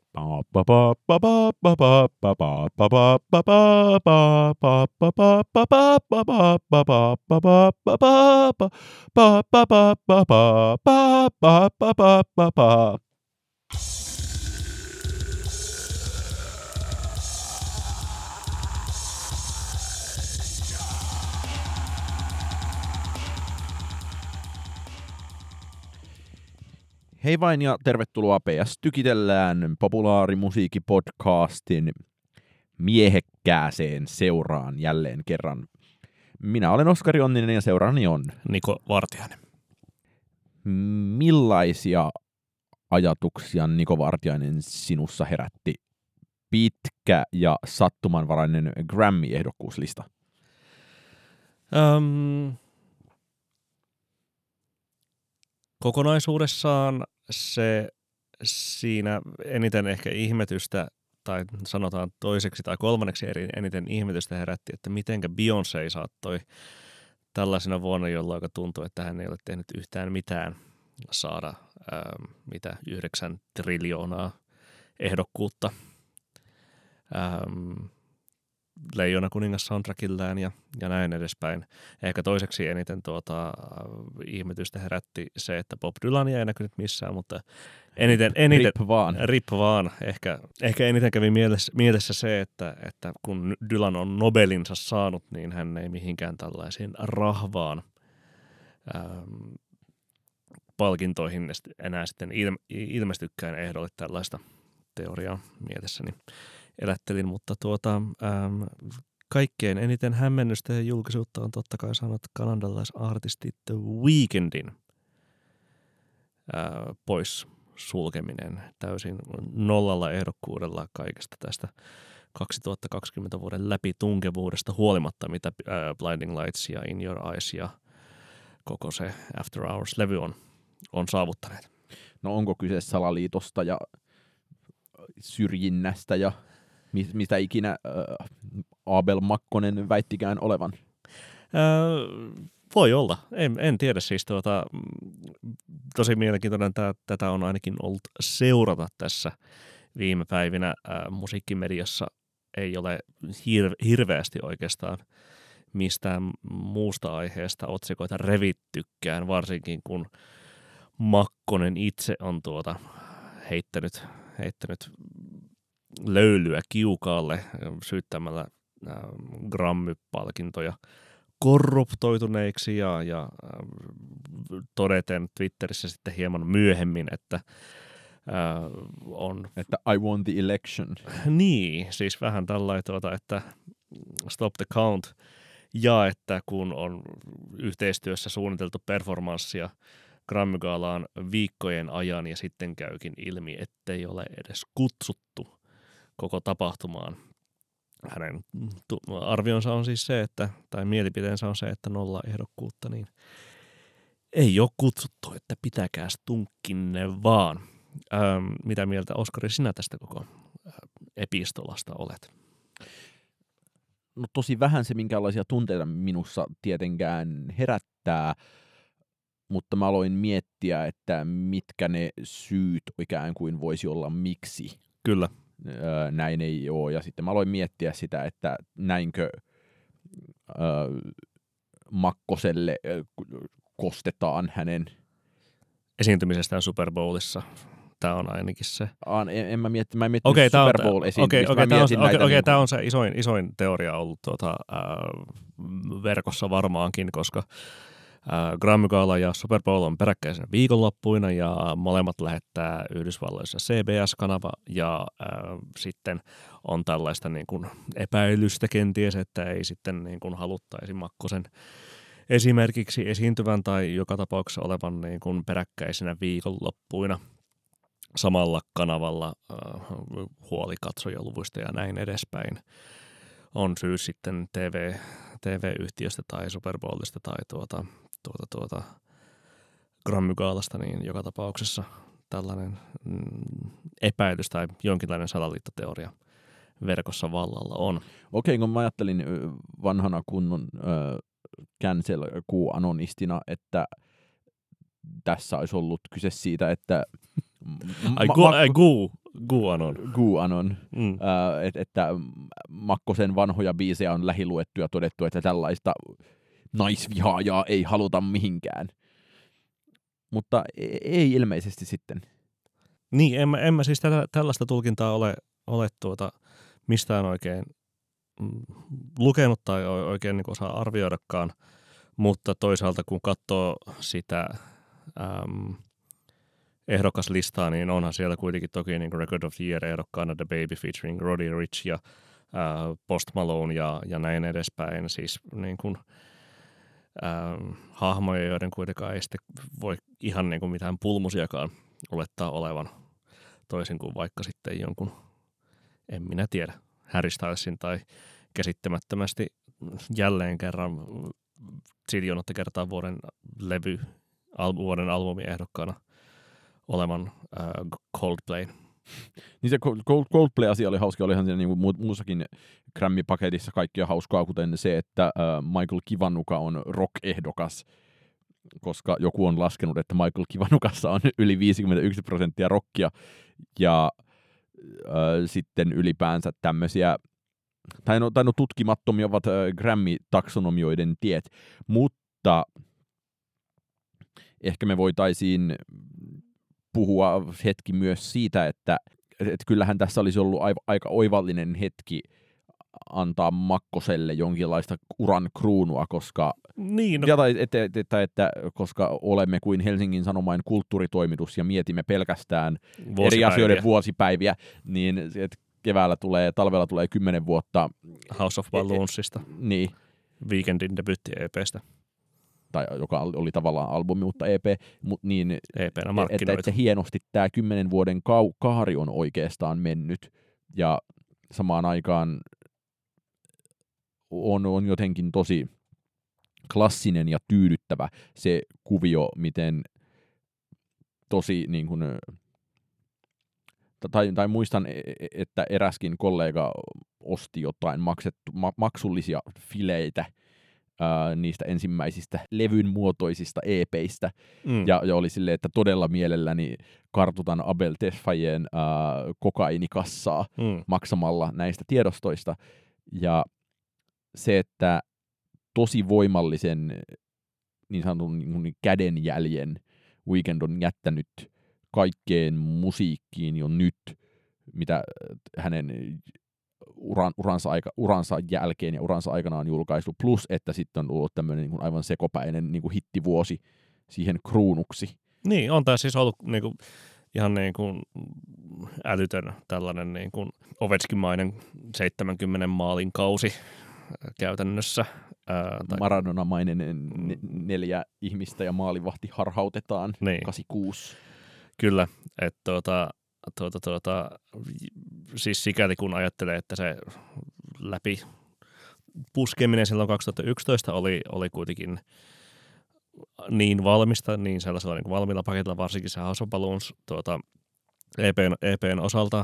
Hei vain ja tervetuloa PS Tykitellään populaarimusiikkipodcastin miehekkääseen seuraan jälleen kerran. Minä olen Oskari Onninen ja seuraani on Niko Vartiainen. Millaisia ajatuksia, Niko Vartiainen, sinussa herätti pitkä ja sattumanvarainen Grammy-ehdokkuuslista? Kokonaisuudessaan se siinä eniten ehkä ihmetystä, tai sanotaan toiseksi tai kolmanneksi eniten ihmetystä herätti, että mitenkä Beyoncé saattoi tällaisena vuonna, jolloin tuntuu, että hän ei ole tehnyt yhtään mitään, saada 9 triljoonaa ehdokkuutta Leijona kuningas soundtrackillään ja näin edespäin. Ehkä toiseksi eniten ihmetystä herätti se, että Bob Dylania ei näkynyt missään, mutta eniten Rip vaan. Ehkä eniten kävi mielessä se, että kun Dylan on Nobelinsa saanut, niin hän ei mihinkään tällaisiin rahvaan palkintoihin enää sitten ilmestykään ehdolle. Tällaista teoriaa mietessäni elättelin, mutta kaikkein eniten hämmennystä ja julkisuutta on totta kai saanut kanadalaisartisti The Weekndin pois sulkeminen täysin nollalla ehdokkuudella kaikesta tästä 2020 vuoden läpitunkevuudesta huolimatta, mitä Blinding Lights ja In Your Eyes ja koko se After Hours-levy on saavuttaneet. No onko kyse salaliitosta ja syrjinnästä ja mistä ikinä Abel Makkonen väittikään olevan? Voi olla. En tiedä siis. Tosi mielenkiintoinen tätä on ainakin ollut seurata tässä viime päivinä. Musiikkimediassa ei ole hirveästi oikeastaan mistään muusta aiheesta otsikoita revittykään, varsinkin kun Makkonen itse on heittänyt löylyä kiukaalle syyttämällä Grammy-palkintoja korruptoituneiksi ja todeten Twitterissä sitten hieman myöhemmin, että Että I won the election. Niin, siis vähän tällainen, että stop the count ja että kun on yhteistyössä suunniteltu performanssia Grammy-gaalaan viikkojen ajan ja sitten käykin ilmi, ettei ole edes kutsuttu koko tapahtumaan. Hänen arvionsa on siis se, tai mielipiteensä on se, että 0 ehdokkuutta, niin ei ole kutsuttu, että pitäkääs tunkkinne vaan. Mitä mieltä, Oskari, sinä tästä koko epistolasta olet? No tosi vähän se, minkälaisia tunteita minussa tietenkään herättää, mutta mä aloin miettiä, että mitkä ne syyt ikään kuin voisi olla miksi. Kyllä. Näin ei ole. Ja sitten mä aloin miettiä sitä, että näinkö Makkoselle kostetaan hänen esiintymisestään Super Bowlissa. Tämä on ainakin se. En mä miettinyt Super Bowl-esiintymistä. Tämä on se isoin teoria ollut verkossa varmaankin, koska Grammy-gaala ja Super Bowl on peräkkäisenä viikonloppuina ja molemmat lähettää Yhdysvalloissa CBS-kanava ja sitten on tällaista niin kuin epäilystä kenties, että ei sitten niin kuin haluttaisi Makkosen esimerkiksi esiintyvän tai joka tapauksessa olevan niin kuin peräkkäisenä viikonloppuina samalla kanavalla huoli katsojaluvuista ja näin edespäin. On syy sitten TV-yhtiöstä tai Super Bowlista tai Grammy-gaalasta, niin joka tapauksessa tällainen epäilys tai jonkinlainen salaliittoteoria verkossa vallalla on. Okei, kun mä ajattelin vanhana kunnon cancel Q-anonistina, että tässä olisi ollut kyse siitä, että QAnon. Että Makkosen vanhoja biisejä on lähiluettu ja todettu, että tällaista naisvihaajaa ei haluta mihinkään. Mutta ei ilmeisesti sitten. Niin, en mä siis tällaista tulkintaa ole mistään oikein lukenut tai oikein niin osaa arvioidakaan, mutta toisaalta kun katsoo sitä ehdokaslistaa, niin onhan siellä kuitenkin toki niin Record of the Year ehdokkaana The Baby featuring Roddy Ricch ja Post Malone ja näin edespäin. Siis niin kuin, hahmoja, joiden kuitenkaan ei sitten voi ihan niin kuin mitään pulmusiakaan olettaa olevan, toisin kuin vaikka sitten jonkun, en minä tiedä, Harry Stylesin tai käsittämättömästi jälleen kerran ziljonatta kertaa vuoden albumi ehdokkaana olevan Coldplay. Niin se Coldplay-asia oli hauska, olihan siinä niin muussakin Grammy-paketissa kaikkia hauskaa, kuten se, että Michael Kiwanuka on rock-ehdokas, koska joku on laskenut, että Michael Kiwanukassa on yli 51% rockia, ja sitten ylipäänsä tämmöisiä, tai no tutkimattomia ovat Grammy-taksonomioiden tiet, mutta ehkä me voitaisiin puhua hetki myös siitä, että kyllähän tässä olisi ollut aika oivallinen hetki antaa Makkoselle jonkinlaista uran kruunua, koska, niin, koska olemme kuin Helsingin Sanomain kulttuuritoimitus ja mietimme pelkästään eri asioiden vuosipäiviä, niin keväällä talvella tulee 10 vuotta House of Balloonsista, niin. Weekendin debutti-EPstä. Tai joka oli tavallaan albumi, mutta EP, niin EP:nä markkinoitu. Että hienosti tämä 10 vuoden kaari on oikeastaan mennyt, ja samaan aikaan on jotenkin tosi klassinen ja tyydyttävä se kuvio, miten tosi niin kuin, tai muistan, että eräskin kollega osti jotain maksullisia fileitä niistä ensimmäisistä levyn muotoisista EPistä, ja oli silleen, että todella mielelläni kartutan Abel Tesfayen kokainikassaa maksamalla näistä tiedostoista, ja se, että tosi voimallisen niin sanotun niin kädenjäljen Weeknd on jättänyt kaikkeen musiikkiin jo nyt, mitä hänen uransa jälkeen ja uransa aikana on julkaistu, plus että sitten on ollut tämmöinen niin kuin aivan sekopäinen niin kuin hittivuosi siihen kruunuksi. Niin, on tämä siis ollut niin kuin, ihan niin kuin älytön tällainen niin kuin Ovechkin-mainen 70 maalin kausi käytännössä. Maradona-mainen 4 ihmistä ja maalivahti harhautetaan, niin. 86. Kyllä, että siis sikäli kun ajattelee, että se läpi puskeminen silloin 2011 oli kuitenkin niin valmista, niin sellaisella niin kuin valmiilla paketilla, varsinkin se House of Balloons EPn osalta.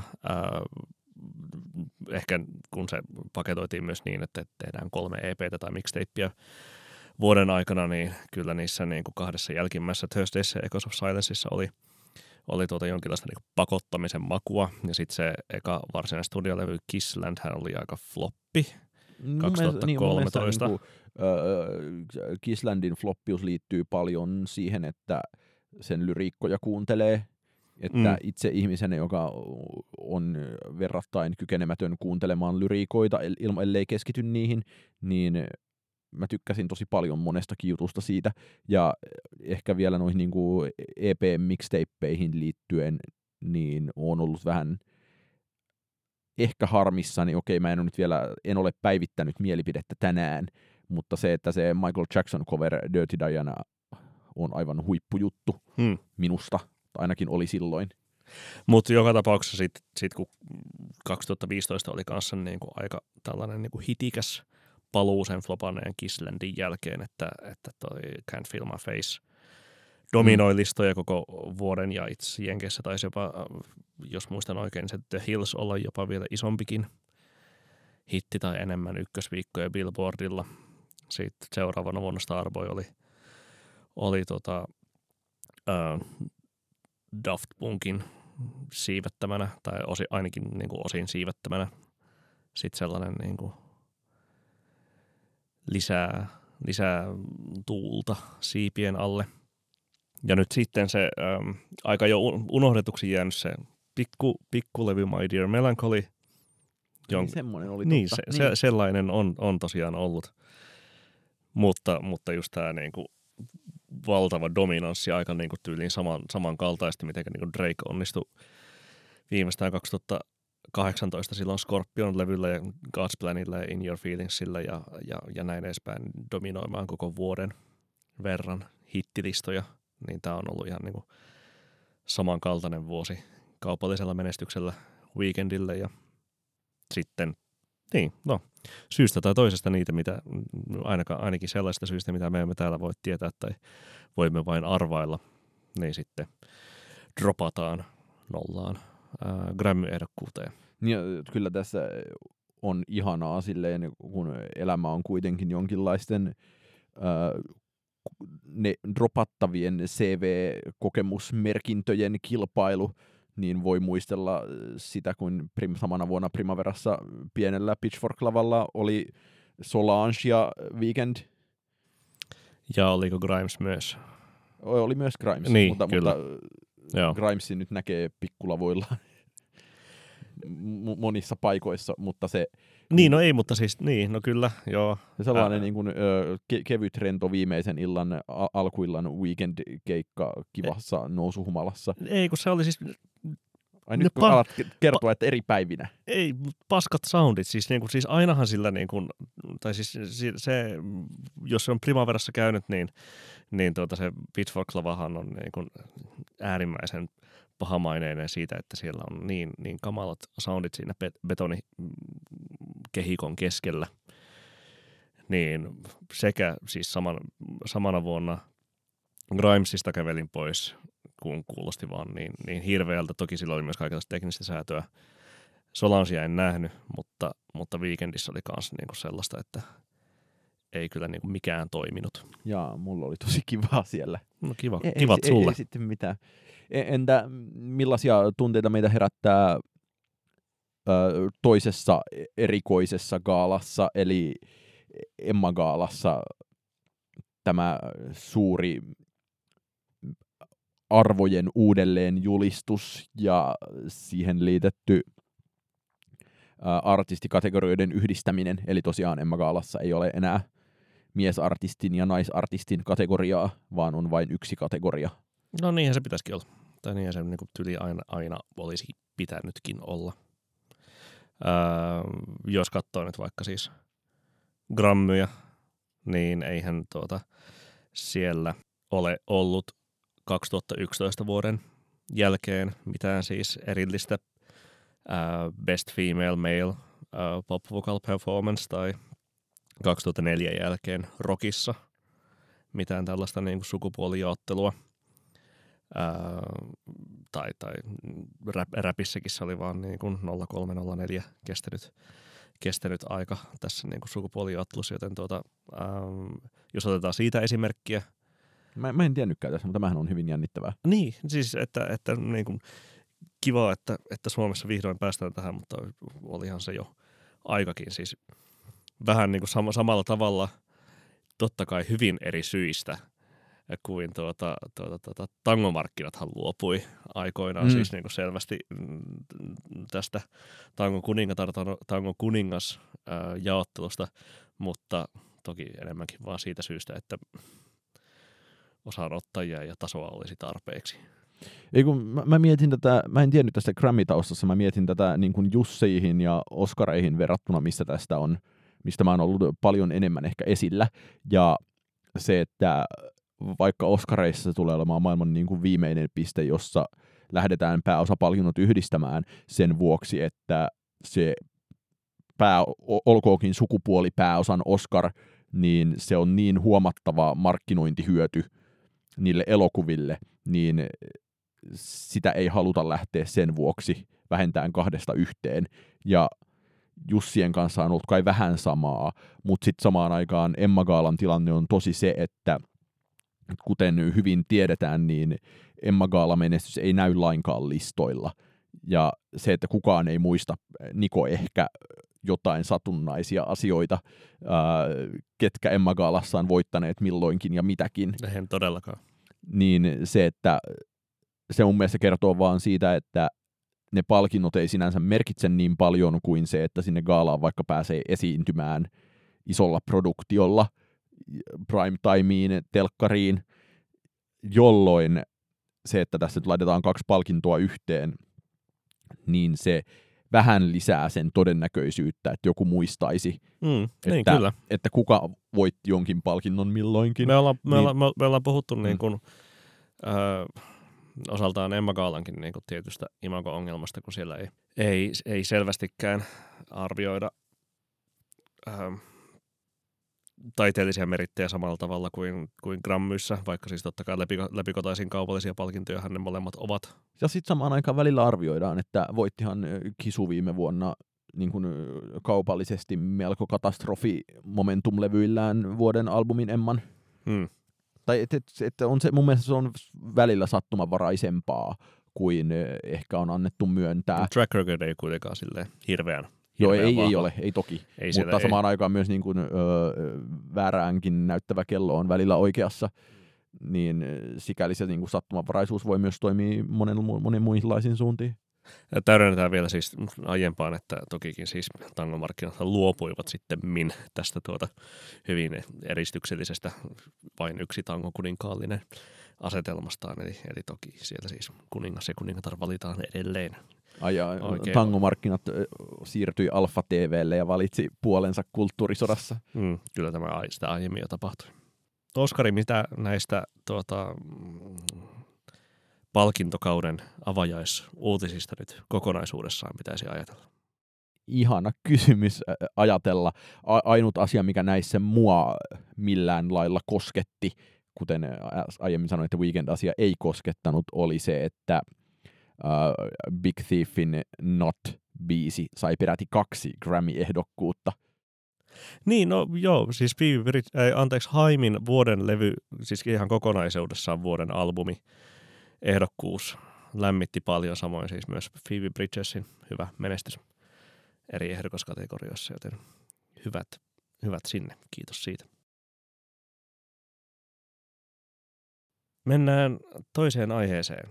Ehkä kun se paketoitiin myös niin, että tehdään 3 EPtä tai mixtapeä vuoden aikana, niin kyllä niissä niin kuin 2 jälkimmäisessä Thursdays ja Echoes of Silenceissa oli jonkinlaista niin kuin pakottamisen makua, ja sitten se eka varsinainen studiolevy Kissland hän oli aika floppi 2013. Niin, Kisslandin floppius liittyy paljon siihen, että sen lyriikkoja kuuntelee, että itse ihmisenä, joka on verrattain kykenemätön kuuntelemaan lyriikoita, ellei keskity niihin, niin mä tykkäsin tosi paljon monestakin jutusta siitä, ja ehkä vielä noihin niin kuin EP-mixtapeihin liittyen, niin on ollut vähän ehkä harmissani, mä en ole päivittänyt mielipidettä tänään, mutta se, että se Michael Jackson cover Dirty Diana on aivan huippujuttu minusta, tai ainakin oli silloin. Mutta joka tapauksessa sit kun 2015 oli kanssa niinku aika tällainen niinku hitikäs paluu sen flopanneen Kisslandin jälkeen, että toi Can't Feel My Face dominoi listoja koko vuoden, ja itse Jenkeissä taisi jopa, jos muistan oikein, se The Hills olla jopa vielä isompikin hitti tai enemmän ykkösviikkoja Billboardilla. Sitten seuraavana vuonna Starboy oli Daft Punkin siivettämänä, tai ainakin niin kuin osin siivettämänä. Sitten sellainen niin kuin lisää tuulta siipien alle. Ja nyt sitten se aika jo unohdetuksi jäänyt se pikkulevy My Dear Melancholy. Niin semmoinen oli niin, totta. sellainen on tosiaan ollut. Mutta just tämä niinku valtava dominanssi aika niinku tyyliin samankaltaisesti, miten niinku Drake onnistui viimeistään 2018 silloin Scorpion-levyllä ja God's Planilla ja In Your Feelingsillä ja näin edespäin dominoimaan koko vuoden verran hittilistoja, niin tämä on ollut ihan niinku samankaltainen vuosi kaupallisella menestyksellä Weekendille ja sitten niin, no, syystä tai toisesta niitä, mitä ainakin sellaista syystä, mitä me emme täällä voi tietää tai voimme vain arvailla, niin sitten dropataan nollaan Grammy-ehdokkuuteen. Ja kyllä tässä on ihanaa silleen, kun elämä on kuitenkin jonkinlaisten ne dropattavien CV-kokemusmerkintöjen kilpailu, niin voi muistella sitä, kun samana vuonna Primaverassa pienellä Pitchfork-lavalla oli Solange ja Weekend. Ja oliko Grimes myös? Oli myös Grimes, niin, mutta Grimesin nyt näkee pikkulavoilla monissa paikoissa, mutta se... Niin, no ei, mutta siis, niin, no kyllä, joo. Sellainen niin kuin, kevyt rento viimeisen illan, alkuillan weekend-keikka kivassa nousuhumalassa. Ei, kun se oli siis... Ai nyt kun alat kertoa, että eri päivinä. Ei, paskat soundit, siis ainahan sillä tai siis se, jos se on Primaverassa käynyt, niin se Pitchfork-lavahan on äärimmäisen pahamaineinen siitä, että siellä on niin kamalat soundit siinä betonikehikon keskellä. Niin sekä siis samana vuonna Grimesista kävelin pois, kun kuulosti vaan niin hirveältä. Toki sillä oli myös kaikenlaista teknistä säätöä. Solangea en nähnyt, mutta Weekendissä oli myös sellaista, että ei kyllä mikään toiminut. Jaa, mulla oli tosi kivaa siellä. No kivat sulle. Ei sitten mitään. Entä millaisia tunteita meitä herättää toisessa erikoisessa gaalassa, eli Emma-gaalassa tämä suuri arvojen uudelleen julistus ja siihen liitetty artistikategorioiden yhdistäminen, eli tosiaan Emma-gaalassa ei ole enää miesartistin ja naisartistin kategoriaa, vaan on vain yksi kategoria. No niinhän se pitäisikin olla. Tai niinhän se tyli aina olisi pitänytkin olla. Jos katsoo nyt vaikka siis Grammyja, niin eihän siellä ole ollut 2011 vuoden jälkeen mitään siis erillistä Best Female Male Pop Vocal Performance tai 2004 jälkeen rockissa mitään tällaista niin kuin sukupuolijaottelua. Tai räpissäkin se oli vaan niin kuin 0304 kestänyt aika tässä niin kuin sukupuolijaottelussa, joten jos otetaan siitä esimerkkiä. Mä en tiennytkään tässä, mutta tämähän on hyvin jännittävää. Niin, siis että niin kuin kiva, että Suomessa vihdoin päästään tähän, mutta olihan se jo aikakin siis vähän niin kuin samalla tavalla, totta kai hyvin eri syistä kuin tangomarkkinathan luopui aikoinaan siis niin kuin selvästi tästä tangon kuningas jaottelusta, mutta toki enemmänkin vaan siitä syystä, että osanottajia ja tasoa olisi tarpeeksi. Ei kun mä mietin tätä, mä en tiennyt tästä Grammy-taustassa, mä mietin tätä niin kuin Jusseihin ja Oscareihin verrattuna, mistä mä oon ollut paljon enemmän ehkä esillä. Ja se, että vaikka Oscareissa se tulee olemaan maailman niin kuin viimeinen piste, jossa lähdetään pääosapalkinnot yhdistämään sen vuoksi, että se olkoonkin sukupuolipääosan Oscar, niin se on niin huomattava markkinointihyöty niille elokuville, niin sitä ei haluta lähteä sen vuoksi vähentään 2-1. Ja Jussien kanssa on ollut kai vähän samaa, mutta sitten samaan aikaan Emma-gaalan tilanne on tosi se, että kuten hyvin tiedetään, niin Emma Gala-menestys ei näy lainkaan listoilla. Ja se, että kukaan ei muista, Niko ehkä jotain satunnaisia asioita, ketkä Emma Galassa on voittaneet milloinkin ja mitäkin. En todellakaan. Niin se mun mielestä kertoo vaan siitä, että ne palkinnot ei sinänsä merkitse niin paljon kuin se, että sinne gaalaan vaikka pääsee esiintymään isolla produktiolla, prime-timeen, telkkariin, jolloin se, että tässä nyt laitetaan 2 palkintoa yhteen, niin se vähän lisää sen todennäköisyyttä, että joku muistaisi, niin, kyllä. että kuka voitti jonkin palkinnon milloinkin. Me ollaan puhuttu niin kuin, osaltaan Emma Galankin niin kuin tietystä imago-ongelmasta, kun siellä ei selvästikään arvioida taiteellisia merittejä samalla tavalla kuin Grammyissa, vaikka siis totta kai läpikotaisin kaupallisia palkintojahan ne molemmat ovat. Ja sitten samaan aikaan välillä arvioidaan, että voittihan Kisu viime vuonna niin kuin kaupallisesti melko katastrofi Momentum-levyillään vuoden albumin Emman. Tai että on se, mun mielestä se on välillä sattumanvaraisempaa kuin ehkä on annettu myöntää. Track record ei kuitenkaan silleen hirveän. Joo, ei ole, ei toki. Mutta samaan aikaan myös niin kuin, vääräänkin näyttävä kello on välillä oikeassa, niin sikäli se niin kuin sattumanvaraisuus voi myös toimia monen muihinlaisiin suuntiin. Ja täydennetään vielä siis aiempaan, että tokikin siis tangomarkkinat luopuivat sitten tästä hyvin eristyksellisestä vain yksi tangokuninkaallinen asetelmastaan, eli toki sieltä siis kuningas ja kuningatar valitaan edelleen. Tangomarkkinat siirtyi Alfa TV:lle ja valitsi puolensa kulttuurisodassa. Kyllä tämä sitä aiemmin jo tapahtui. Oskari, mitä näistä palkintokauden avajaisuutisista nyt kokonaisuudessaan pitäisi ajatella? Ihana kysymys ajatella. Ainut asia, mikä näissä mua millään lailla kosketti, kuten aiemmin sanoin, että Weekend-asia ei koskettanut, oli se, että Big Thiefin Not-biisi sai peräti 2 Grammy-ehdokkuutta. Niin, no joo, siis Haimin vuoden levy, siis ihan kokonaisuudessaan vuoden albumi, ehdokkuus lämmitti paljon, samoin siis myös Phoebe Bridgesin hyvä menestys eri ehdokaskategorioissa, joten hyvät sinne, kiitos siitä. Mennään toiseen aiheeseen.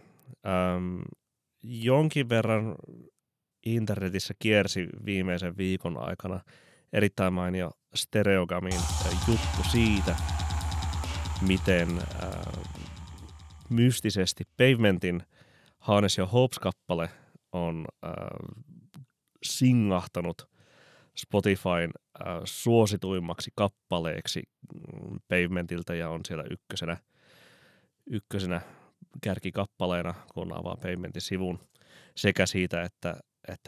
Jonkin verran internetissä kiersi viimeisen viikon aikana erittäin mainio Stereogamin juttu siitä, miten mystisesti Pavementin Harness Your Hopes-kappale on singahtanut Spotifyn suosituimmaksi kappaleeksi Pavementiltä ja on siellä ykkösenä kärkikappaleena, kun avaa Pavementin sivun, sekä siitä, että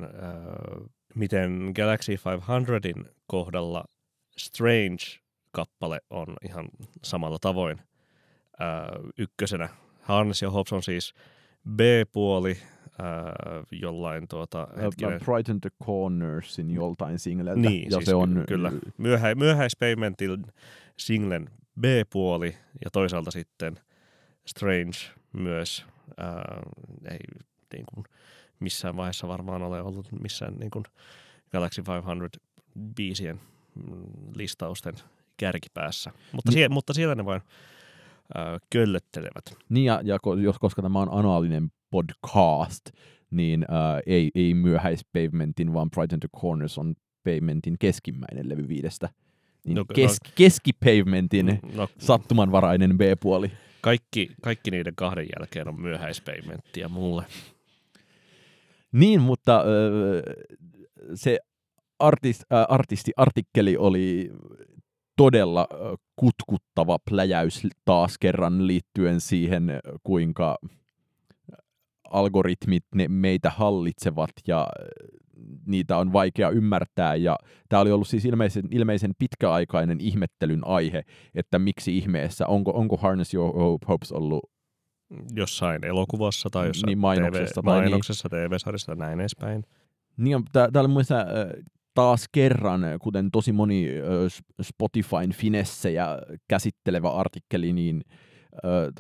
miten Galaxy 500in kohdalla Strange-kappale on ihan samalla tavoin ykkösenä. Harness Your Hopes on siis B-puoli jollain Brighten the Cornersin joltain singleltä. Niin, ja siis se on kyllä. Myöhäispavementin singlen B-puoli ja toisaalta sitten Strange myös ei niin kuin missään vaiheessa varmaan ole ollut missään niin kuin Galaxy 500 biisien listausten kärkipäässä. Mutta siellä ne vain köllöttelevät. Niin ja koska tämä on anaalinen podcast, niin ei myöhäispavementin, vaan Brighten the Corners on Pavementin keskimmäinen levy 5. Niin keskipavementin sattumanvarainen B-puoli. Kaikki niiden 2 jälkeen on myöhäispavementtia mulle. Niin, mutta se artistiartikkeli oli todella kutkuttava pläjäys taas kerran liittyen siihen, kuinka algoritmit ne meitä hallitsevat ja niitä on vaikea ymmärtää. Ja tämä oli ollut siis ilmeisen pitkäaikainen ihmettelyn aihe, että miksi ihmeessä, onko Harness Your Hopes ollut jossain elokuvassa tai jossain niin mainoksessa, TV-sarjassa näin edespäin. Niin, tämä oli muista taas kerran, kuten tosi moni Spotifyn finessejä käsittelevä artikkeli, niin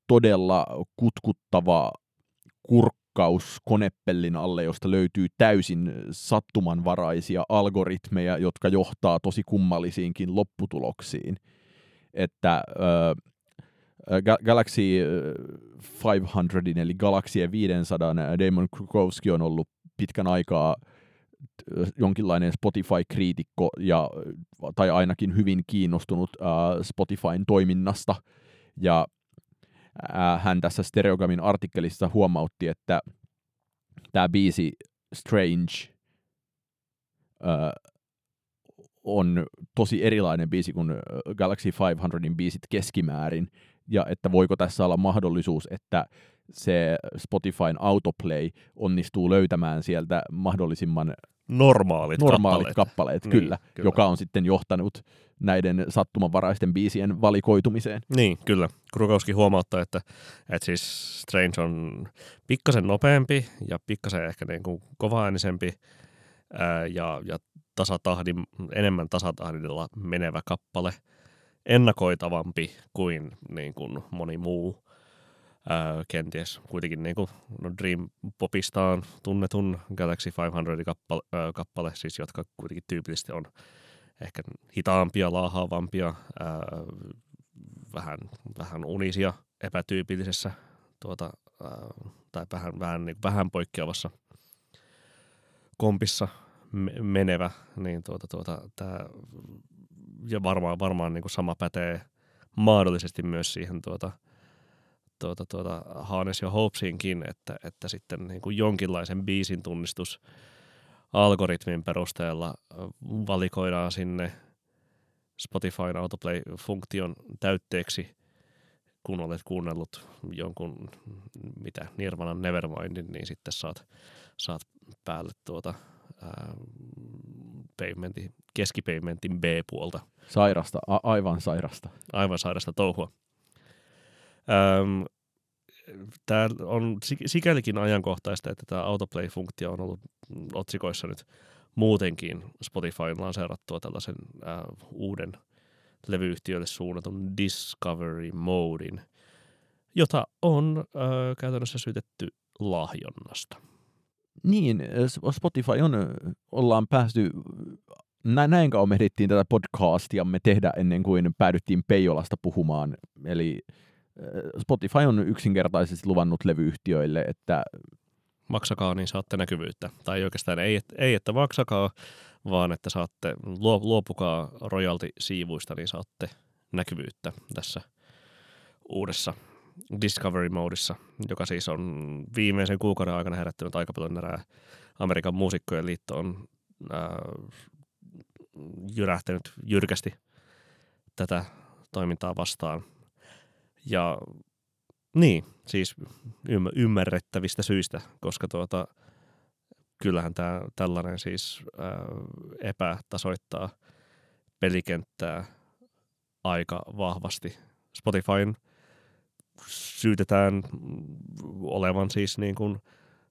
todella kutkuttava kurkkaus konepellin alle, josta löytyy täysin sattumanvaraisia algoritmeja, jotka johtaa tosi kummallisiinkin lopputuloksiin. Että Galaxy 500 eli Galaxy 500 Damon Krukowski on ollut pitkän aikaa jonkinlainen Spotify-kriitikko tai ainakin hyvin kiinnostunut Spotifyn toiminnasta. Ja hän tässä Stereogamin artikkelissa huomautti, että tämä biisi Strange on tosi erilainen biisi kuin Galaxy 500 biisit keskimäärin, ja että voiko tässä olla mahdollisuus, että se Spotifyn autoplay onnistuu löytämään sieltä mahdollisimman normaalit kappaleet niin, kyllä, joka on sitten johtanut näiden sattumanvaraisten biisien valikoitumiseen. Niin, kyllä. Krukowski huomauttaa, että siis Strange on pikkasen nopeampi ja pikkasen ehkä niin kuin kovaäänisempi ja enemmän tasatahdilla menevä kappale, ennakoitavampi kuin, niin kuin moni muu. Kenties kuitenkin niin kuin Dream Popistaan tunnetun Galaxy 500 kappale, siis jotka kuitenkin tyypillisesti on ehkä hitaampia, laahaavampia, vähän unisia, epätyypillisessä tai vähän poikkeavassa kompissa menevä, niin tää, ja varmaan niin kuin sama pätee mahdollisesti myös siihen Hanes ja Hopesiinkin, että sitten niin kuin jonkinlaisen biisin tunnistusalgoritmin perusteella valikoidaan sinne Spotifyn autoplay-funktion täytteeksi, kun olet kuunnellut jonkun Nirvanan Nevermindin, niin sitten saat päälle keskipavementin B-puolta. Sairasta, aivan sairasta. Aivan sairasta touhua. Tämä on sikälikin ajankohtaista, että tämä autoplay-funktio on ollut otsikoissa nyt muutenkin Spotifyn lanseerattua tällaisen uuden levyyhtiölle suunnatun Discovery Modin, jota on käytännössä syytetty lahjonnasta. Niin, Spotify ollaan päästy, näin kauan me ehdittiin tätä podcastiamme tehdä ennen kuin päädyttiin Peijolasta puhumaan, eli Spotify on yksinkertaisesti luvannut levyyhtiöille, että maksakaa, niin saatte näkyvyyttä. Tai oikeastaan ei että maksakaa, vaan että saatte, luopukaa royalty-siivuista, niin saatte näkyvyyttä tässä uudessa Discovery Modissa, joka siis on viimeisen kuukauden aikana herättänyt aika paljon närää. Amerikan muusikkojen liitto on jyrähtänyt jyrkästi tätä toimintaa vastaan. Ja niin, siis ymmärrettävistä syistä, koska kyllähän tällainen siis epätasoittaa pelikenttää aika vahvasti. Spotifyn syytetään olevan siis niin kuin,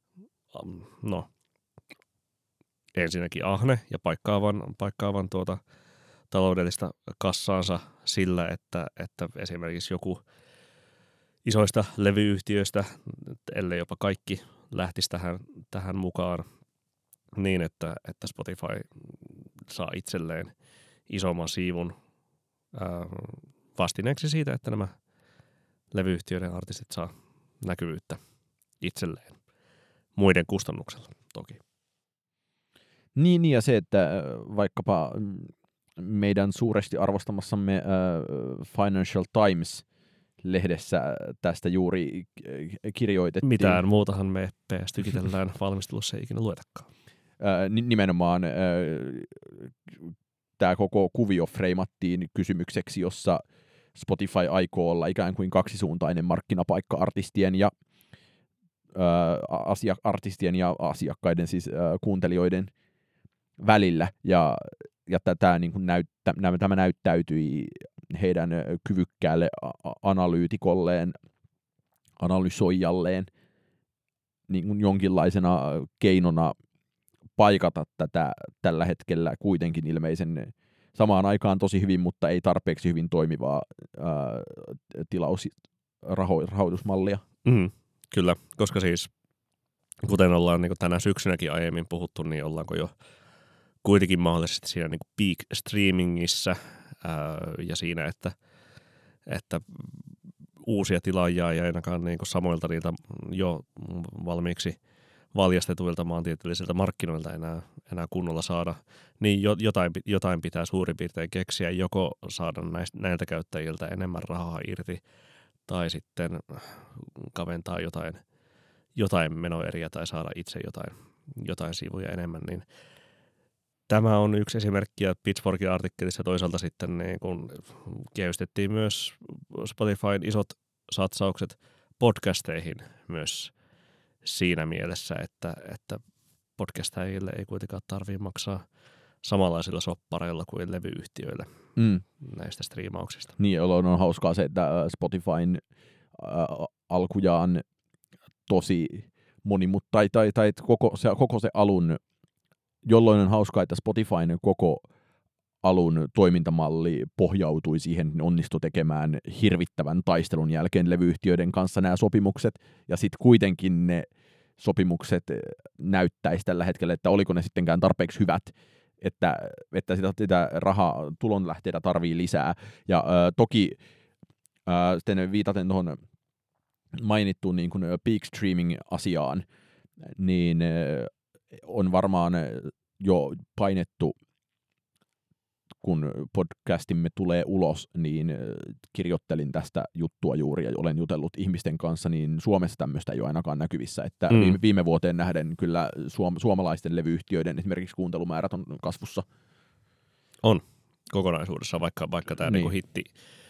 ensinnäkin ahne ja paikkaavan taloudellista kassaansa sillä, että esimerkiksi joku isoista levyyhtiöistä, ellei jopa kaikki lähtisi tähän mukaan niin, että Spotify saa itselleen isomman siivun vastineeksi siitä, että nämä levyyhtiöiden artistit saa näkyvyyttä itselleen muiden kustannuksella toki. Niin, ja se, että vaikkapa meidän suuresti arvostamassamme Financial Times-lehdessä tästä juuri kirjoitettiin. Mitään muutahan me PS tykitellään valmistelussa ei ikinä luetakaan. Nimenomaan tämä koko kuvio freimattiin kysymykseksi, jossa Spotify aikoo olla ikään kuin kaksisuuntainen markkinapaikka artistien ja asiakkaiden, siis kuuntelijoiden välillä, ja tämä näyttäytyi heidän kyvykkäälle analyytikolleen, analysoijalleen niin kuin jonkinlaisena keinona paikata tätä tällä hetkellä kuitenkin ilmeisen samaan aikaan tosi hyvin, mutta ei tarpeeksi hyvin toimivaa tilaus- rahoitusmallia. Kyllä, koska siis kuten ollaan niin kuin tänä syksynäkin aiemmin puhuttu, niin ollaanko jo kuitenkin mahdollisesti siinä niin kuin peak streamingissa ja siinä, että uusia tilaajia ei ainakaan niin kuin samoilta niiltä jo valmiiksi valjastetuilta maantieteellisiltä markkinoilta enää kunnolla saada, niin jotain pitää suurin piirtein keksiä, joko saada näiltä käyttäjiltä enemmän rahaa irti tai sitten kaventaa jotain menoeriä tai saada itse jotain sivuja enemmän, niin tämä on yksi esimerkki, ja Pitchforkin artikkelissa toisaalta sitten niin kun kehystettiin myös Spotifyn isot satsaukset podcasteihin myös siinä mielessä, että podcastajille ei kuitenkaan tarvitse maksaa samanlaisilla soppareilla kuin levyyhtiöille näistä striimauksista. Niin, jolloin on hauskaa se, että Spotifyn alkujaan tosi tai koko se alun, jolloin on hauskaa, että Spotifyn koko alun toimintamalli pohjautui siihen, että ne onnistui tekemään hirvittävän taistelun jälkeen levyyhtiöiden kanssa nämä sopimukset, ja sitten kuitenkin ne sopimukset näyttäisi tällä hetkellä, että oliko ne sittenkään tarpeeksi hyvät, että sitä rahaa tulonlähteitä tarvii lisää. Ja toki sitten viitaten tuohon mainittuun niin kuin peak streaming-asiaan, niin on varmaan jo painettu, kun podcastimme tulee ulos, niin kirjoittelin tästä juttua juuri ja olen jutellut ihmisten kanssa, niin Suomessa tämmöistä ei ole ainakaan näkyvissä, että viime vuoteen nähden kyllä suomalaisten levyyhtiöiden esimerkiksi kuuntelumäärät on kasvussa. On kokonaisuudessa, vaikka tämä niin hitti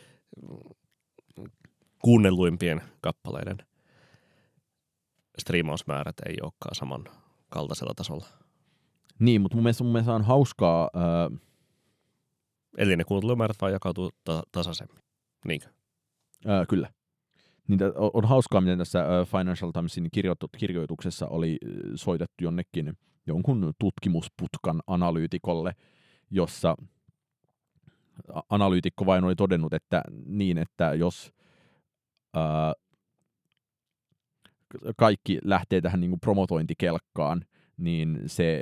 kuunnelluimpien kappaleiden striimausmäärät ei olekaan samankaltaisella tasolla. Niin, mutta mun mielestä on hauskaa. Eli ne kuuntelumäärät vaan jakautuu tasaisemmin, niinkö? Kyllä. Niin on hauskaa, miten tässä Financial Timesin kirjoituksessa oli soitettu jonkun tutkimusputkan analyytikolle, jossa analyytikko vain oli todennut, että jos kaikki lähtee tähän niin kuin promotointikelkkaan, niin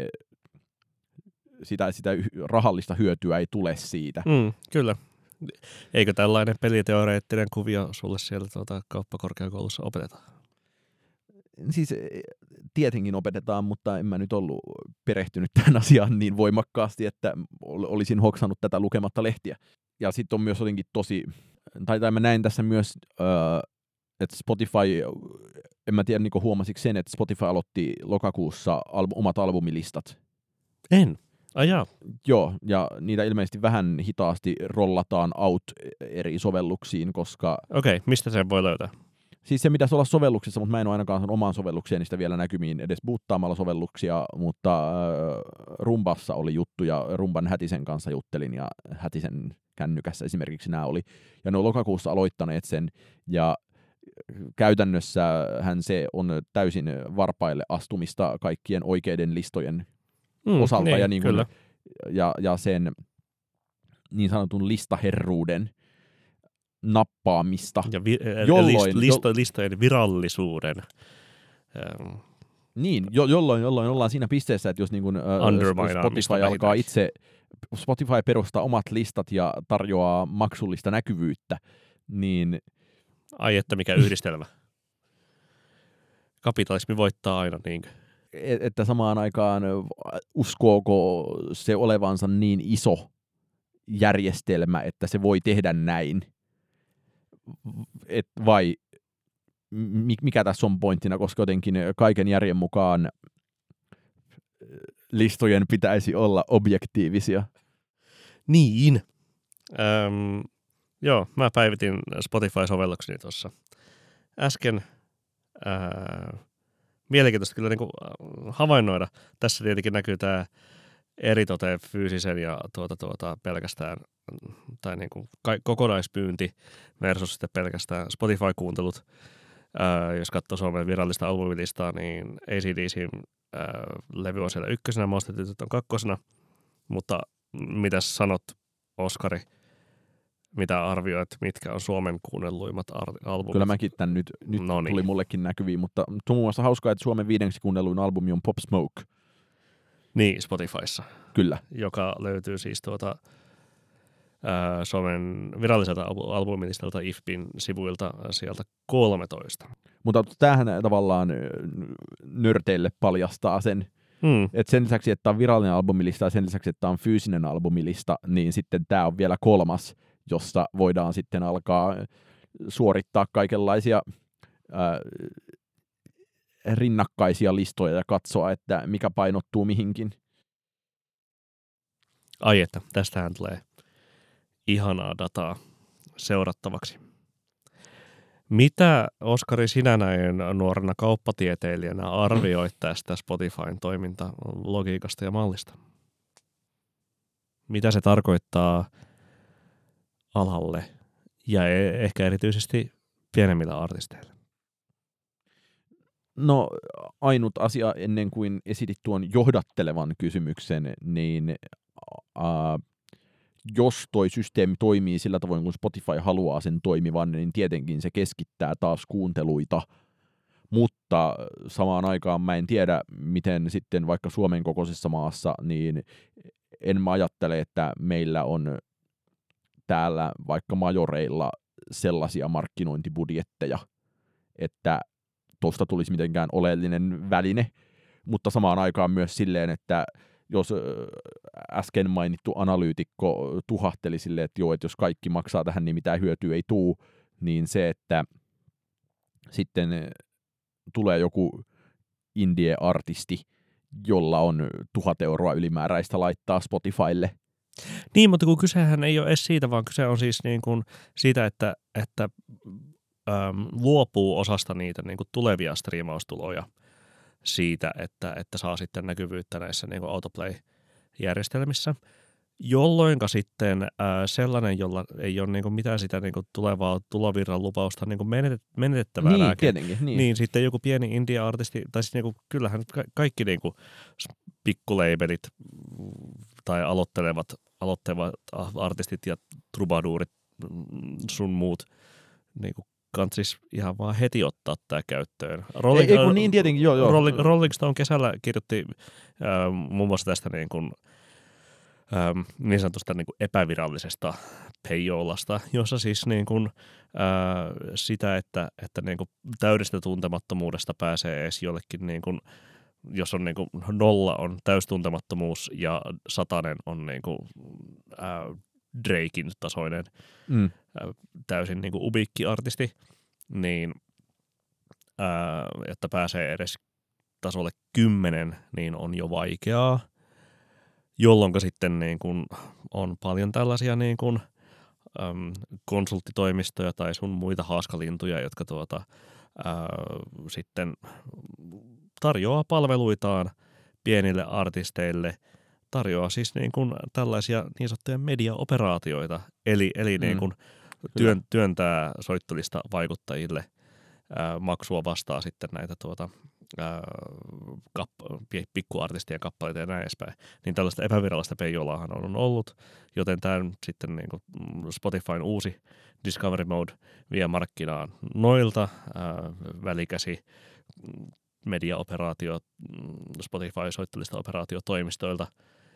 sitä rahallista hyötyä ei tule siitä. Kyllä. Eikö tällainen peliteoreettinen kuvio sulle siellä kauppakorkeakoulussa opeteta? Siis tietenkin opetetaan, mutta en mä nyt ollut perehtynyt tähän asiaan niin voimakkaasti, että olisin hoksannut tätä lukematta lehtiä. Ja sitten on myös jotenkin tai mä näin tässä myös, että Spotify, en mä tiedä niin huomasiko sen, että Spotify aloitti lokakuussa omat albumilistat. En. Jaa. Joo, ja niitä ilmeisesti vähän hitaasti rollataan out eri sovelluksiin, koska... Okei, mistä sen voi löytää? Siis se pitäisi olla sovelluksessa, mutta mä en ole ainakaan saanut omaan sovellukseen sitä vielä näkymiin edes boottaamalla sovelluksia, mutta Rumbassa oli juttu, ja Rumban Hätisen kanssa juttelin, ja Hätisen kännykässä esimerkiksi nämä oli. Ja ne on lokakuussa aloittaneet sen, ja käytännössä se on täysin varpaille astumista kaikkien oikeiden listojen osalta niin, ja sen niin sanotun listaherruuden nappaamista. Ja listojen virallisuuden. Niin, jolloin ollaan siinä pisteessä, että jos niin kuin, Spotify perustaa omat listat ja tarjoaa maksullista näkyvyyttä, niin... Ai että mikä yhdistelmä. Kapitalismi voittaa aina, niinkö? Että samaan aikaan uskooko se olevansa niin iso järjestelmä, että se voi tehdä näin? Vai mikä tässä on pointtina, koska jotenkin kaiken järjen mukaan listojen pitäisi olla objektiivisia. Niin. Joo, mä päivitin Spotify-sovellukseni tuossa äsken. Mielenkiintoista kyllä niin kuin havainnoida. Tässä tietenkin näkyy tämä eritoten fyysisen ja pelkästään tai niin kuin kokonaispyynti versus sitten pelkästään Spotify-kuuntelut. Jos katsoo Suomen virallista albumilistaa, niin AC/DC:n levy on siellä ykkösenä, Monster Tytöt on kakkosena. Mutta mitäs sanot, Oskari, mitä arvioit, mitkä on Suomen kuunnelluimmat albumit? Kyllä mäkin tän nyt tuli mullekin näkyviin, mutta muun muassa hauskaa, että Suomen 5. kuunnelluin albumi on Pop Smoke. Niin, Spotifyssa. Kyllä. Joka löytyy siis Suomen viralliselta albumilistalta IFPin sivuilta sieltä 13. Mutta tämähän tavallaan nörteille paljastaa sen, että sen lisäksi, että tämä on virallinen albumilista ja sen lisäksi, että tämä on fyysinen albumilista, niin sitten tämä on vielä 3, jossa voidaan sitten alkaa suorittaa kaikenlaisia rinnakkaisia listoja ja katsoa, että mikä painottuu mihinkin. Ai että, tästähän tulee ihanaa dataa seurattavaksi. Mitä, Oskari, sinä näin nuorena kauppatieteilijänä arvioit tästä Spotifyn toimintalogiikasta ja mallista? Mitä se tarkoittaa alalle ja ehkä erityisesti pienemmillä artisteilla? No, ainut asia ennen kuin esitit tuon johdattelevan kysymyksen, niin jos toi systeemi toimii sillä tavoin, kun Spotify haluaa sen toimivan, niin tietenkin se keskittää taas kuunteluita, mutta samaan aikaan mä en tiedä, miten sitten vaikka Suomen kokoisessa maassa, niin en mä ajattele, että meillä on täällä vaikka majoreilla sellaisia markkinointibudjetteja, että tuosta tulisi mitenkään oleellinen väline, mutta samaan aikaan myös silleen, että jos äsken mainittu analyytikko tuhahteli silleen, että joo, että jos kaikki maksaa tähän, niin mitään hyötyä ei tule, niin se, että sitten tulee joku indie-artisti, jolla on 1000 € ylimääräistä laittaa Spotifylle. Niin, mutta kun kysehän ei ole edes siitä, vaan kyse on siis niin kuin siitä, että luopuu osasta niitä niin kuin tulevia striimaustuloja siitä, että saa sitten näkyvyyttä näissä niin kuin autoplay-järjestelmissä, jolloinka sitten sellainen, jolla ei ole niin kuin mitään sitä niin kuin tulevaa tulovirran lupausta niin kuin menetettävää niin, tietenkin, niin sitten joku pieni indie-artisti, tai siis niin kuin, kyllähän kaikki niin kuin pikkuleibelit tai aloittelevat artistit ja trubaduurit sun muut niin kuin kantsis ihan vaan heti ottaa tämä käyttöön. Niin tietenkin, joo. Rolling Stone kesällä kirjoitti muun muassa tästä niin sanotusta niin kuin epävirallisesta payrollasta, jossa siis niin kuin, sitä, että niin kuin täydestä tuntemattomuudesta pääsee edes jollekin, niin kuin, jos on niin kuin 0 on täystuntemattomuus ja 100 on niin kuin, Draken tasoinen täysin niin kuin ubiikki-artisti, niin että pääsee edes tasolle 10, niin on jo vaikeaa, jolloin sitten niin kuin on paljon tällaisia niin kuin, konsulttitoimistoja tai sun muita haaskalintuja, jotka sitten tarjoaa palveluitaan pienille artisteille, tarjoaa siis niin kuin tällaisia niin sanottuja mediaoperaatioita, eli niin kuin työntää soittolista vaikuttajille maksua vastaa sitten näitä pikkuartistien kappaleita ja näin edespäin. Niin tällaista epävirallista payollaahan on ollut, joten tämä sitten niin kuin Spotifyn uusi Discovery Mode vie markkinaan noilta välikäsi mediaoperaatio, Spotify-soittolista operaatiotoimistoilta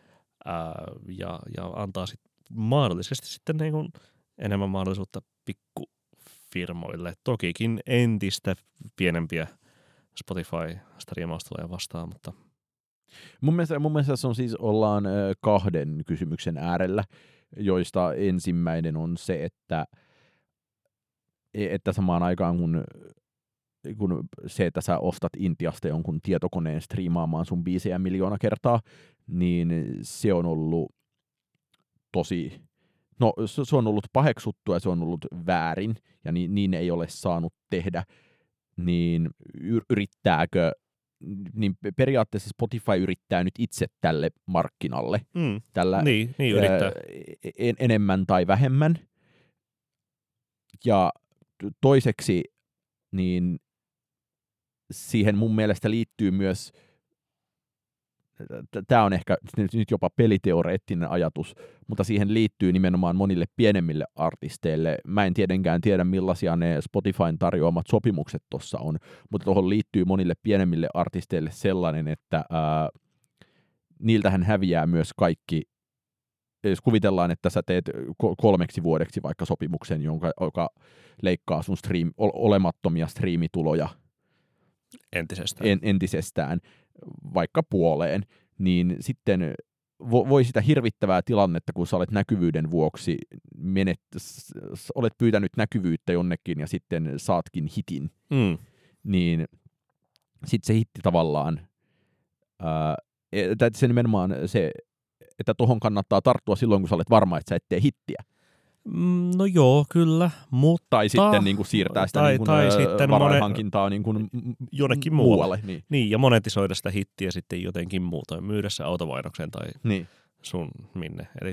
ja antaa mahdollisesti sitten niin kuin enemmän mahdollisuutta pikkufirmoille. Tokikin entistä pienempiä Spotify-striimaustuloja vastaan, mutta Mun mielestä se on siis, ollaan 2 kysymyksen äärellä, joista ensimmäinen on se, että samaan aikaan kun se, että sä ostat Intiasta jonkun tietokoneen striimaamaan sun biisejä 1 miljoona kertaa, niin se on ollut tosi, no se on ollut paheksuttua ja se on ollut väärin, ja niin ei ole saanut tehdä, niin yrittääkö, niin periaatteessa Spotify yrittää nyt itse tälle markkinalle, tällä niin yrittää. Enemmän tai vähemmän, ja toiseksi niin siihen mun mielestä liittyy myös tämä on ehkä nyt jopa peliteoreettinen ajatus, mutta siihen liittyy nimenomaan monille pienemmille artisteille. Mä en tietenkään tiedä, millaisia ne Spotifyn tarjoamat sopimukset tuossa on, mutta tuohon liittyy monille pienemmille artisteille sellainen, että niiltähän häviää myös kaikki. Jos kuvitellaan, että sä teet 3 vuodeksi vaikka sopimuksen, joka leikkaa sun olemattomia striimituloja entisestään vaikka puoleen, niin sitten voi sitä hirvittävää tilannetta, kun sä olet näkyvyyden vuoksi olet pyytänyt näkyvyyttä jonnekin ja sitten saatkin hitin, niin sitten se hitti tavallaan, se nimenomaan se, että tohon kannattaa tarttua silloin, kun sä olet varma, että sä et tee hittiä. No joo, kyllä, mutta... Tai sitten niin kuin siirtää sitä varainhankintaa niin kuin jonnekin muualle. Niin, ja monetisoida sitä hittiä sitten jotenkin muuta, myydä se automainoksen tai sun minne. Eli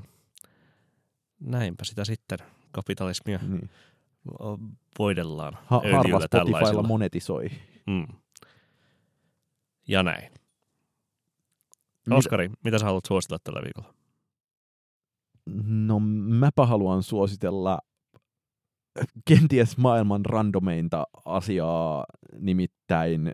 näinpä sitä sitten kapitalismia voidellaan öljyllä tällaisilla. Spotifylla monetisoi. Ja näin. Oskari, mitä sä haluat suositella tällä viikolla? No mäpä haluan suositella kenties maailman randomeinta asiaa, nimittäin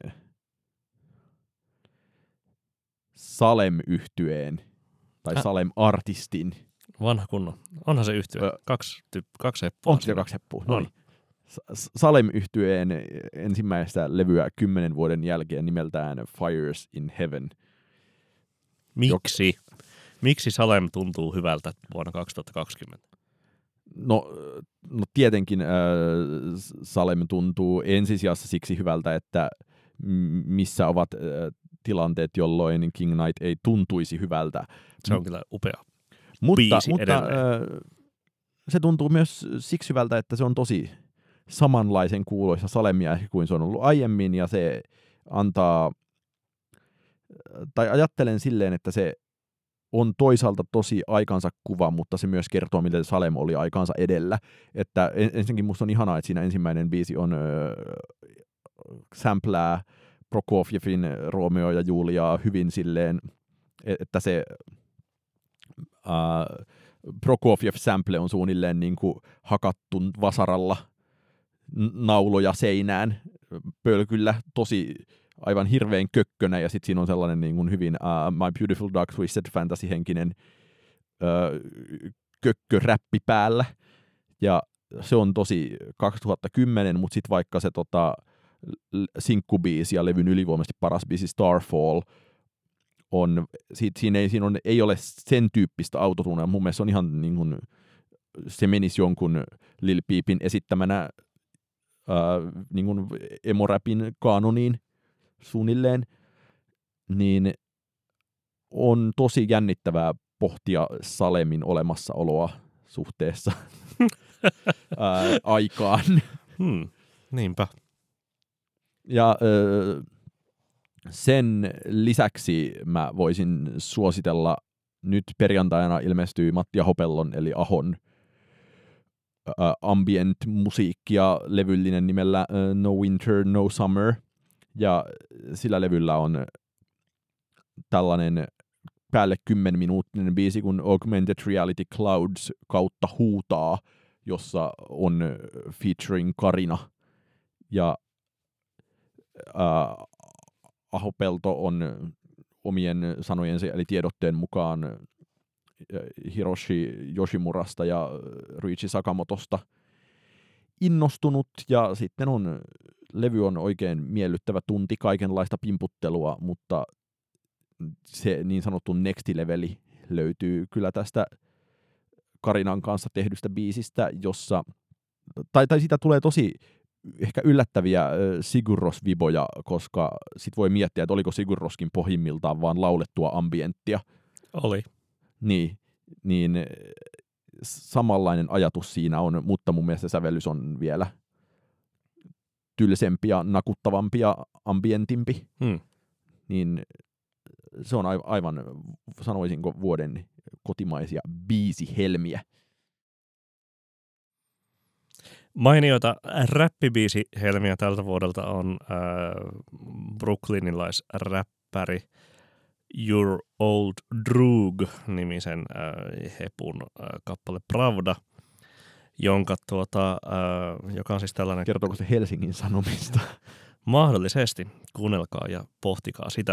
Salem-yhtyeen tai Salem-artistin. Vanha kunnon. Onhan se yhtye. Kaksi heppua. Onko se 2 heppua? No niin. Salem-yhtyeen ensimmäistä levyä 10 vuoden jälkeen nimeltään Fires in Heaven. Miksi? Miksi Salem tuntuu hyvältä vuonna 2020? No tietenkin Salem tuntuu ensisijassa siksi hyvältä, että missä ovat tilanteet, jolloin King Knight ei tuntuisi hyvältä. Se on kyllä upea biisi edelleen. Se tuntuu myös siksi hyvältä, että se on tosi samanlaisen kuuloissa Salemia kuin se on ollut aiemmin, ja se antaa, tai ajattelen silleen, että se on toisaalta tosi aikansa kuva, mutta se myös kertoo, miten Salem oli aikansa edellä. Että ensinnäkin musta on ihanaa, että siinä ensimmäinen biisi on samplää Prokofievin Romeo ja Juliaa hyvin silleen, että se Prokofiev-sample on suunnilleen niin kuin hakattu vasaralla nauloja seinään pölkyllä, tosi aivan hirveän kökkönä, ja sitten siinä on sellainen niin kuin hyvin My Beautiful Dark Twisted Fantasy-henkinen kökköräppi päällä, ja se on tosi 2010, mutta sitten vaikka se sinkkubiisi ja levyn ylivoimaisesti paras biisi Starfall on, siinä ei ole sen tyyppistä autotuunea, mun mielestä se on ihan niin kuin, se menisi jonkun Lil Peepin esittämänä niin kuin emo-räpin kanoniin suunnilleen, niin on tosi jännittävää pohtia Salemin olemassaoloa suhteessa aikaan. Niinpä. Ja sen lisäksi mä voisin suositella, nyt perjantaina ilmestyy Matti Hopellon eli Ahon ambient-musiikkia levyllinen nimellä No Winter, No Summer, ja sillä levyllä on tällainen päälle 10-minuuttinen biisi kuin Augmented Reality Clouds kautta huutaa, jossa on featuring Karina, ja Ahopelto on omien sanojensa eli tiedotteen mukaan Hiroshi Yoshimurasta ja Ryuichi Sakamotosta innostunut, ja sitten levy on oikein miellyttävä tunti, kaikenlaista pimputtelua, mutta se niin sanottu next leveli löytyy kyllä tästä Karinan kanssa tehdystä biisistä, jossa, tai siitä tulee tosi ehkä yllättäviä Sigur Rós-viboja, koska sit voi miettiä, että oliko Sigur Roskin pohjimmiltaan vaan laulettua ambienttia. Oli. Niin samanlainen ajatus siinä on, mutta mun mielestä sävellys on vielä tylsempi ja nakuttavampi ja ambientimpi. Niin se on aivan, sanoisinko, vuoden kotimaisia biisihelmiä. Mainioita räppibiisihelmiä tältä vuodelta on brooklynilais-räppäri Your Old Droog-nimisen hepun kappale Pravda, joka on siis tällainen... Kertooko se Helsingin Sanomista? Mahdollisesti. Kuunnelkaa ja pohtikaa sitä.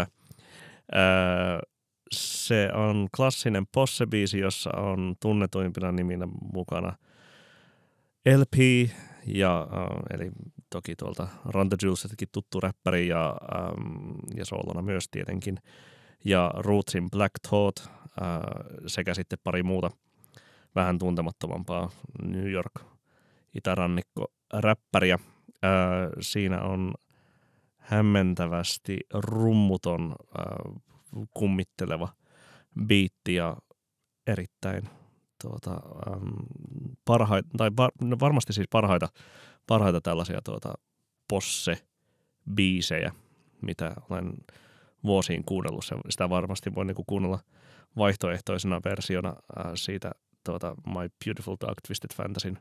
Se on klassinen Posse-biisi, jossa on tunnetuimpina niminä mukana LP, eli toki tuolta Run the Jewelsistakin tuttu räppäri ja soolona myös tietenkin. Ja Rootsin Black Thought sekä sitten pari muuta vähän tuntemattomampaa New York itärannikko räppäriä. Siinä on hämmentävästi rummuton kummitteleva biitti ja erittäin varmasti siis parhaita tällaisia Posse-biisejä, mitä olen vuosiin kuunnellut. Sitä varmasti voi niinku kuunnella vaihtoehtoisena versiona siitä My Beautiful Dark Twisted Fantasyn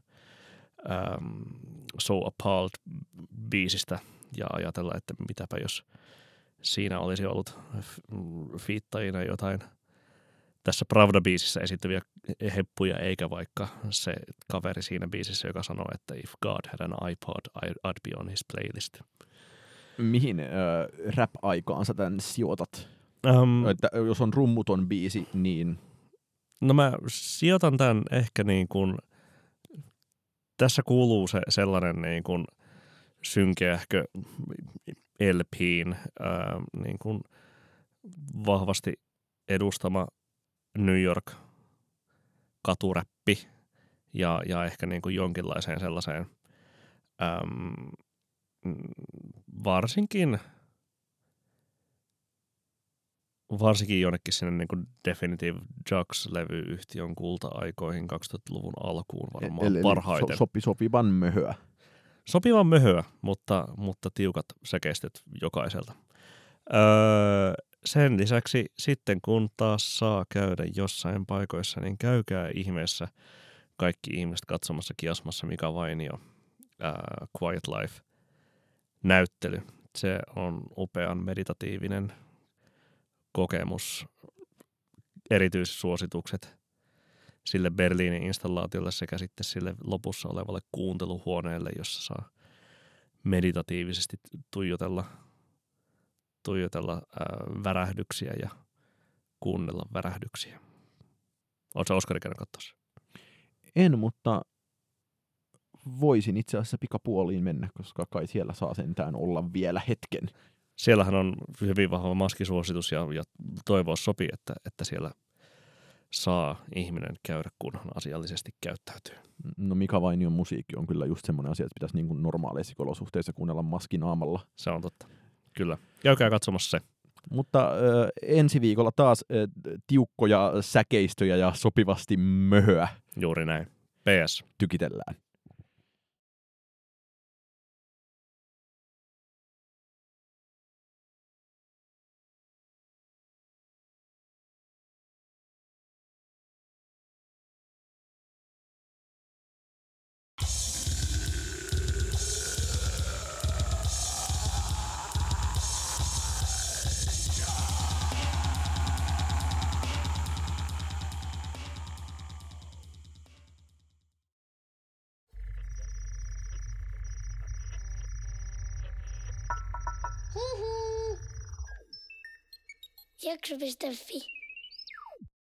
So Appalled-biisistä ja ajatella, että mitäpä jos siinä olisi ollut fiittajina jotain tässä Pravda-biisissä esittäviä heppuja, eikä vaikka se kaveri siinä biisissä, joka sanoo, että if God had an iPod, I'd be on his playlist. Mihin rap-aikaan sä tämän sijoitat? Että jos on rummuton biisi, niin... No mä sijoitan tämän ehkä niin kuin... Tässä kuuluu se sellainen niin kuin synkeähkö LP:n niin kuin vahvasti edustama New York katuräppi ja ehkä niin kuin jonkinlaiseen sellaiseen varsinkin jonnekin sinne niin kuin Definitive Jux-levyyhtiön kulta-aikoihin 2000-luvun alkuun varmaan parhaiten. Sopivan möhöä. Sopivan möhöä, mutta tiukat säkeistöt jokaiselta. Sen lisäksi sitten kun taas saa käydä jossain paikoissa, niin käykää ihmeessä kaikki ihmiset katsomassa Kiasmassa Mika Vainio Quiet Life-näyttely. Se on upean meditatiivinen kokemus. Erityissuositukset sille Berliinin installaatiolle sekä sitten sille lopussa olevalle kuunteluhuoneelle, jossa saa meditatiivisesti tuijotella värähdyksiä ja kuunnella värähdyksiä. Oletko Oskari käynyt katsossa? En, mutta voisin itse asiassa pikapuoliin mennä, koska kai siellä saa sentään olla vielä hetken. Siellähän on hyvin vahva maskisuositus ja toivoa sopii, että siellä saa ihminen käydä, kun asiallisesti käyttäytyy. No Mika Vainion musiikki on kyllä just semmoinen asia, että pitäisi niin kuin normaaleissa olosuhteissa kuunnella maskinaamalla. Se on totta. Kyllä. Käykää katsomassa se. Mutta ensi viikolla taas tiukkoja säkeistöjä ja sopivasti möhöä. Juuri näin. PS. Tykitellään. Jakso.fi